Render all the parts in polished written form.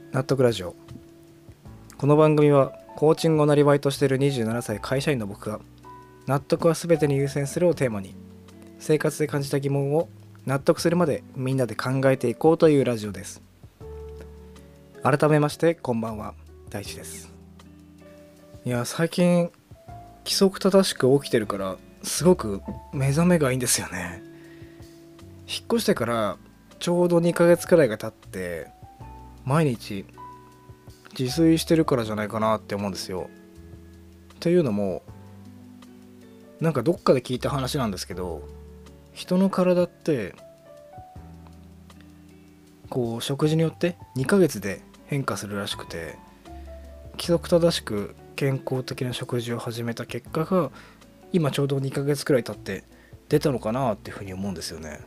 納得ラジオ。この番組はコーチングをなりわいとしている27歳会社員の僕が納得は全てに優先するをテーマに生活で感じた疑問を納得するまでみんなで考えていこうというラジオです。改めましてこんばんは、大地です。いや、最近規則正しく起きてるからすごく目覚めがいいんですよね。引っ越してからちょうど2ヶ月くらいが経って毎日自炊してるからじゃないかなって思うんですよ。っていうのもなんかどっかで聞いた話なんですけど、人の体ってこう食事によって2ヶ月で変化するらしくて、規則正しく健康的な食事を始めた結果が今ちょうど2ヶ月くらい経って出たのかなっていうふうに思うんですよね。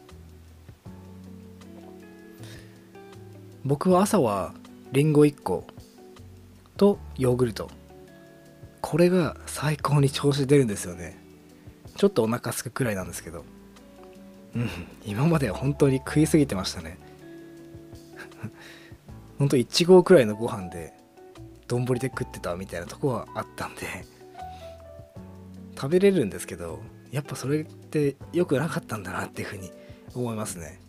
僕は朝はリンゴ1個とヨーグルト、これが最高に調子出るんですよね。ちょっとお腹すくくらいなんですけど、今までは本当に食いすぎてましたね。本当1合くらいのご飯で丼で食ってたみたいなとこはあったんで、食べれるんですけど、やっぱそれって良くなかったんだなっていうふうに思いますね。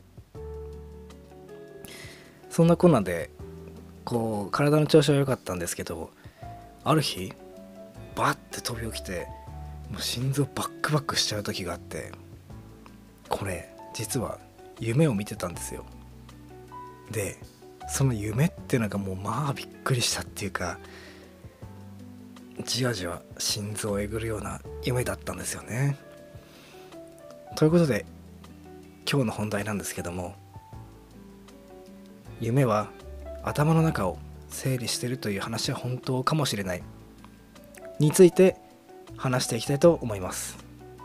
そんなこんなでこう体の調子は良かったんですけど、ある日バッて飛び起きてもう心臓バックバックしちゃう時があって、これ実は夢を見てたんですよ。でその夢っていうのがもうまあびっくりしたっていうか、じわじわ心臓をえぐるような夢だったんですよね。ということで今日の本題なんですけども、夢は頭の中を整理しているという話は本当かもしれないについて話していきたいと思います。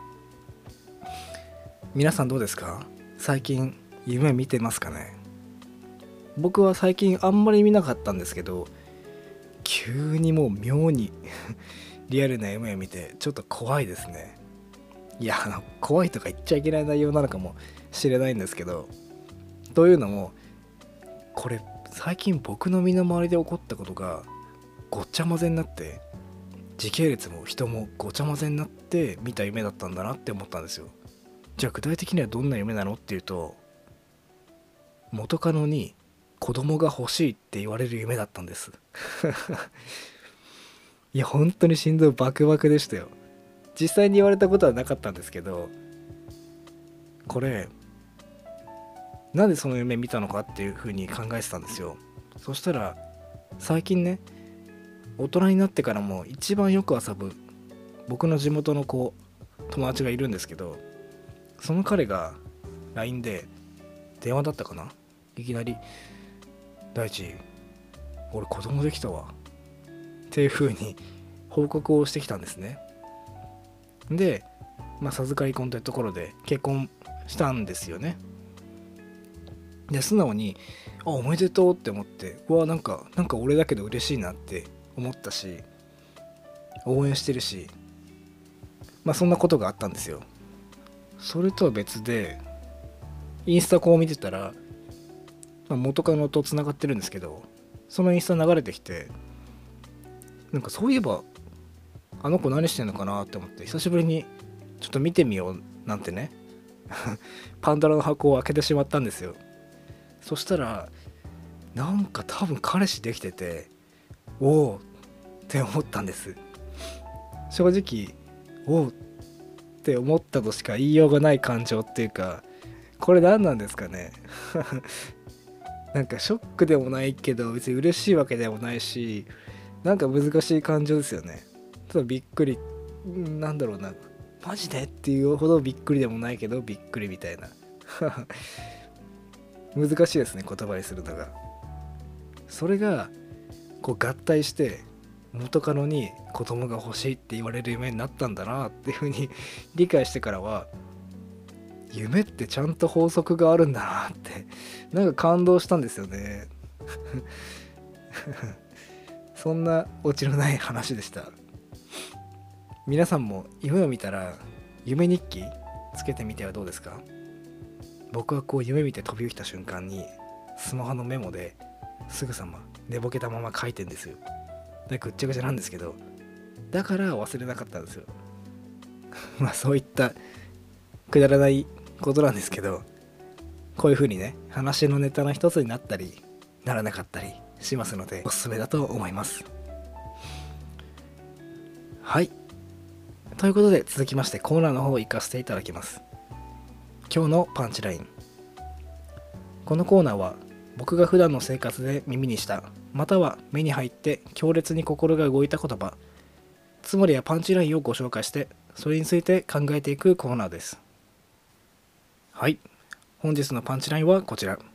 皆さんどうですか？最近夢見てますかね？僕は最近あんまり見なかったんですけど、急にもう妙にリアルな夢を見てちょっと怖いですね。いや、怖いとか言っちゃいけない内容なのかもしれないんですけど、というのもこれ最近僕の身の回りで起こったことがごっちゃ混ぜになって、時系列も人もごちゃ混ぜになって見た夢だったんだなって思ったんですよ。じゃあ具体的にはどんな夢なのっていうと、元カノに子供が欲しいって言われる夢だったんですいや本当に心臓バクバクでしたよ。実際に言われたことはなかったんですけど、これなんでその夢見たのかっていう風に考えてたんですよ。そしたら最近ね、大人になってからも一番よく遊ぶ僕の地元の友達がいるんですけど、その彼が LINE で、電話だったかな、いきなり大地俺子供できたわっていう風に報告をしてきたんですね。で授かり婚というところで結婚したんですよね。で素直におめでとうって思って、うわなんか俺だけど嬉しいなって思ったし、応援してるし、そんなことがあったんですよ。それとは別でインスタ見てたら、元カノとつながってるんですけど、そのインスタ流れてきて、なんかそういえばあの子何してんのかなって思って久しぶりにちょっと見てみようなんてねパンドラの箱を開けてしまったんですよ。そしたらなんか多分彼氏できてて、おおって思ったんです。正直おおって思ったとしか言いようがない感情っていうか、これ何なんですかねなんかショックでもないけど別に嬉しいわけでもないし、なんか難しい感情ですよね。ただびっくり、なんだろうな、マジでっていうほどびっくりでもないけどびっくりみたいな難しいですね、言葉にするのが。それが合体して元カノに子供が欲しいって言われる夢になったんだなっていう風に理解してからは、夢ってちゃんと法則があるんだなってなんか感動したんですよねそんなオチのない話でした。皆さんも夢を見たら夢日記つけてみてはどうですか？僕は夢見て飛び起きた瞬間にスマホのメモですぐさま寝ぼけたまま書いてんですよ。でぐっちゃぐちゃなんですけど、だから忘れなかったんですよ。まあそういったくだらないことなんですけど、こういう風にね、話のネタの一つになったりならなかったりしますので、おすすめだと思います。はい、ということで続きましてコーナーの方を行かせていただきます。今日のパンチライン。このコーナーは僕が普段の生活で耳にしたまたは目に入って強烈に心が動いた言葉、つまりはパンチラインをご紹介してそれについて考えていくコーナーです。はい、本日のパンチラインはこちら。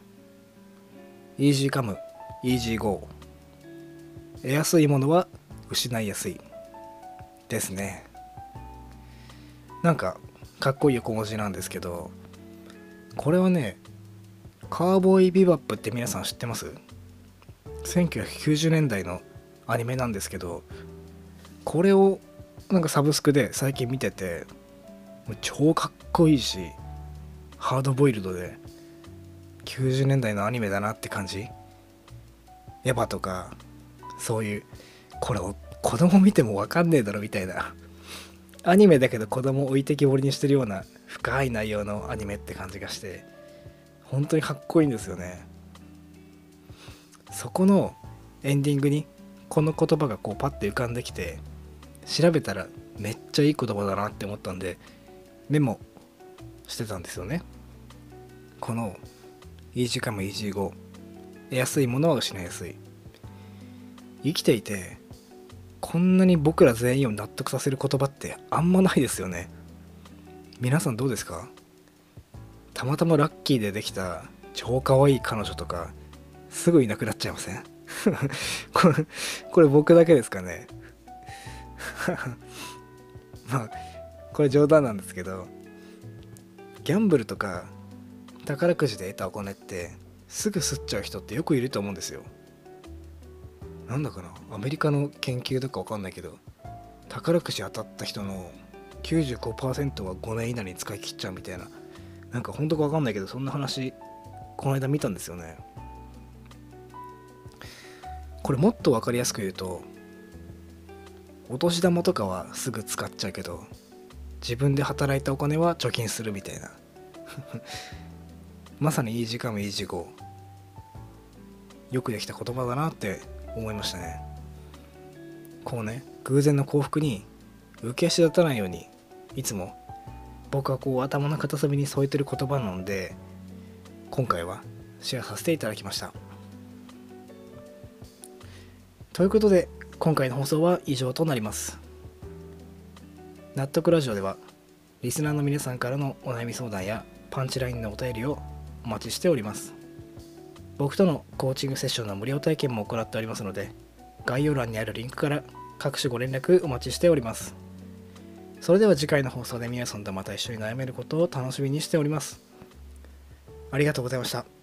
Easy come Easy go、 得やすいものは失いやすいですね。なんかかっこいい横文字なんですけど、これはね、カーボーイビバップって皆さん知ってます？ 1990 年代のアニメなんですけど、これをなんかサブスクで最近見てて、超かっこいいしハードボイルドで90年代のアニメだなって感じ。エヴァとかそういう、これを子供見ても分かんねえだろみたいな、アニメだけど子供を置いてきぼりにしてるような深い内容のアニメって感じがして、本当にかっこいいんですよね。そこのエンディングにこの言葉がこうパッて浮かんできて、調べたらめっちゃいい言葉だなって思ったんでメモしてたんですよね。この Easy come Easy go、 得やすいものは失いやすい。生きていてこんなに僕ら全員を納得させる言葉ってあんまないですよね。皆さんどうですか？たまたまラッキーでできた超可愛い彼女とかすぐいなくなっちゃいません？これ僕だけですかね。まあこれ冗談なんですけど、ギャンブルとか宝くじで得たお金ってすぐ吸っちゃう人ってよくいると思うんですよ。なんだかな、アメリカの研究とかわかんないけど、宝くじ当たった人の 95% は5年以内に使い切っちゃうみたいな、なんか本当かわかんないけど、そんな話この間見たんですよね。これもっとわかりやすく言うと、お年玉とかはすぐ使っちゃうけど自分で働いたお金は貯金するみたいな。まさにいい時間もいい時間、よくできた言葉だなって思いましたね。こうね、偶然の幸福に浮き足立たないように、いつも僕はこう頭の片隅に添えてる言葉なので、今回はシェアさせていただきました。ということで今回の放送は以上となります。納得ラジオではリスナーの皆さんからのお悩み相談やパンチラインのお便りをお待ちしております。僕とのコーチングセッションの無料体験も行っておりますので、概要欄にあるリンクから各種ご連絡お待ちしております。それでは次回の放送で皆さんとまた一緒に悩めることを楽しみにしております。ありがとうございました。